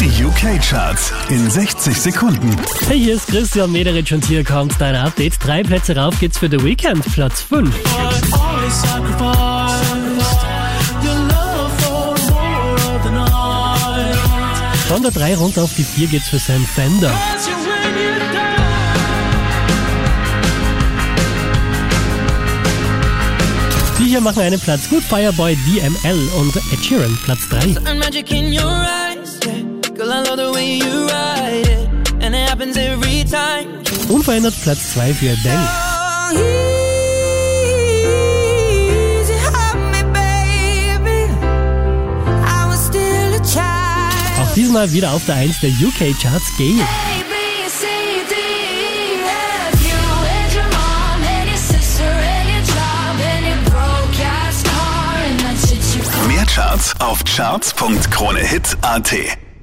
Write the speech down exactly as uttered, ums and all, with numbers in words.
Die U K-Charts in sechzig Sekunden. Hey, hier ist Christian Mederitsch und hier kommt dein Update. Drei Plätze rauf geht's für The Weeknd, Platz fünf. Von der drei runter auf die vier geht's für Sam Fender. Die hier machen einen Platz gut, Fireboy, D M L und Ed Sheeran, Platz drei. Unverändert Platz zwei für Adele. Auch diesmal wieder auf der eins der U K-Charts, Gayle. Mehr Charts auf charts punkt kronehit punkt at.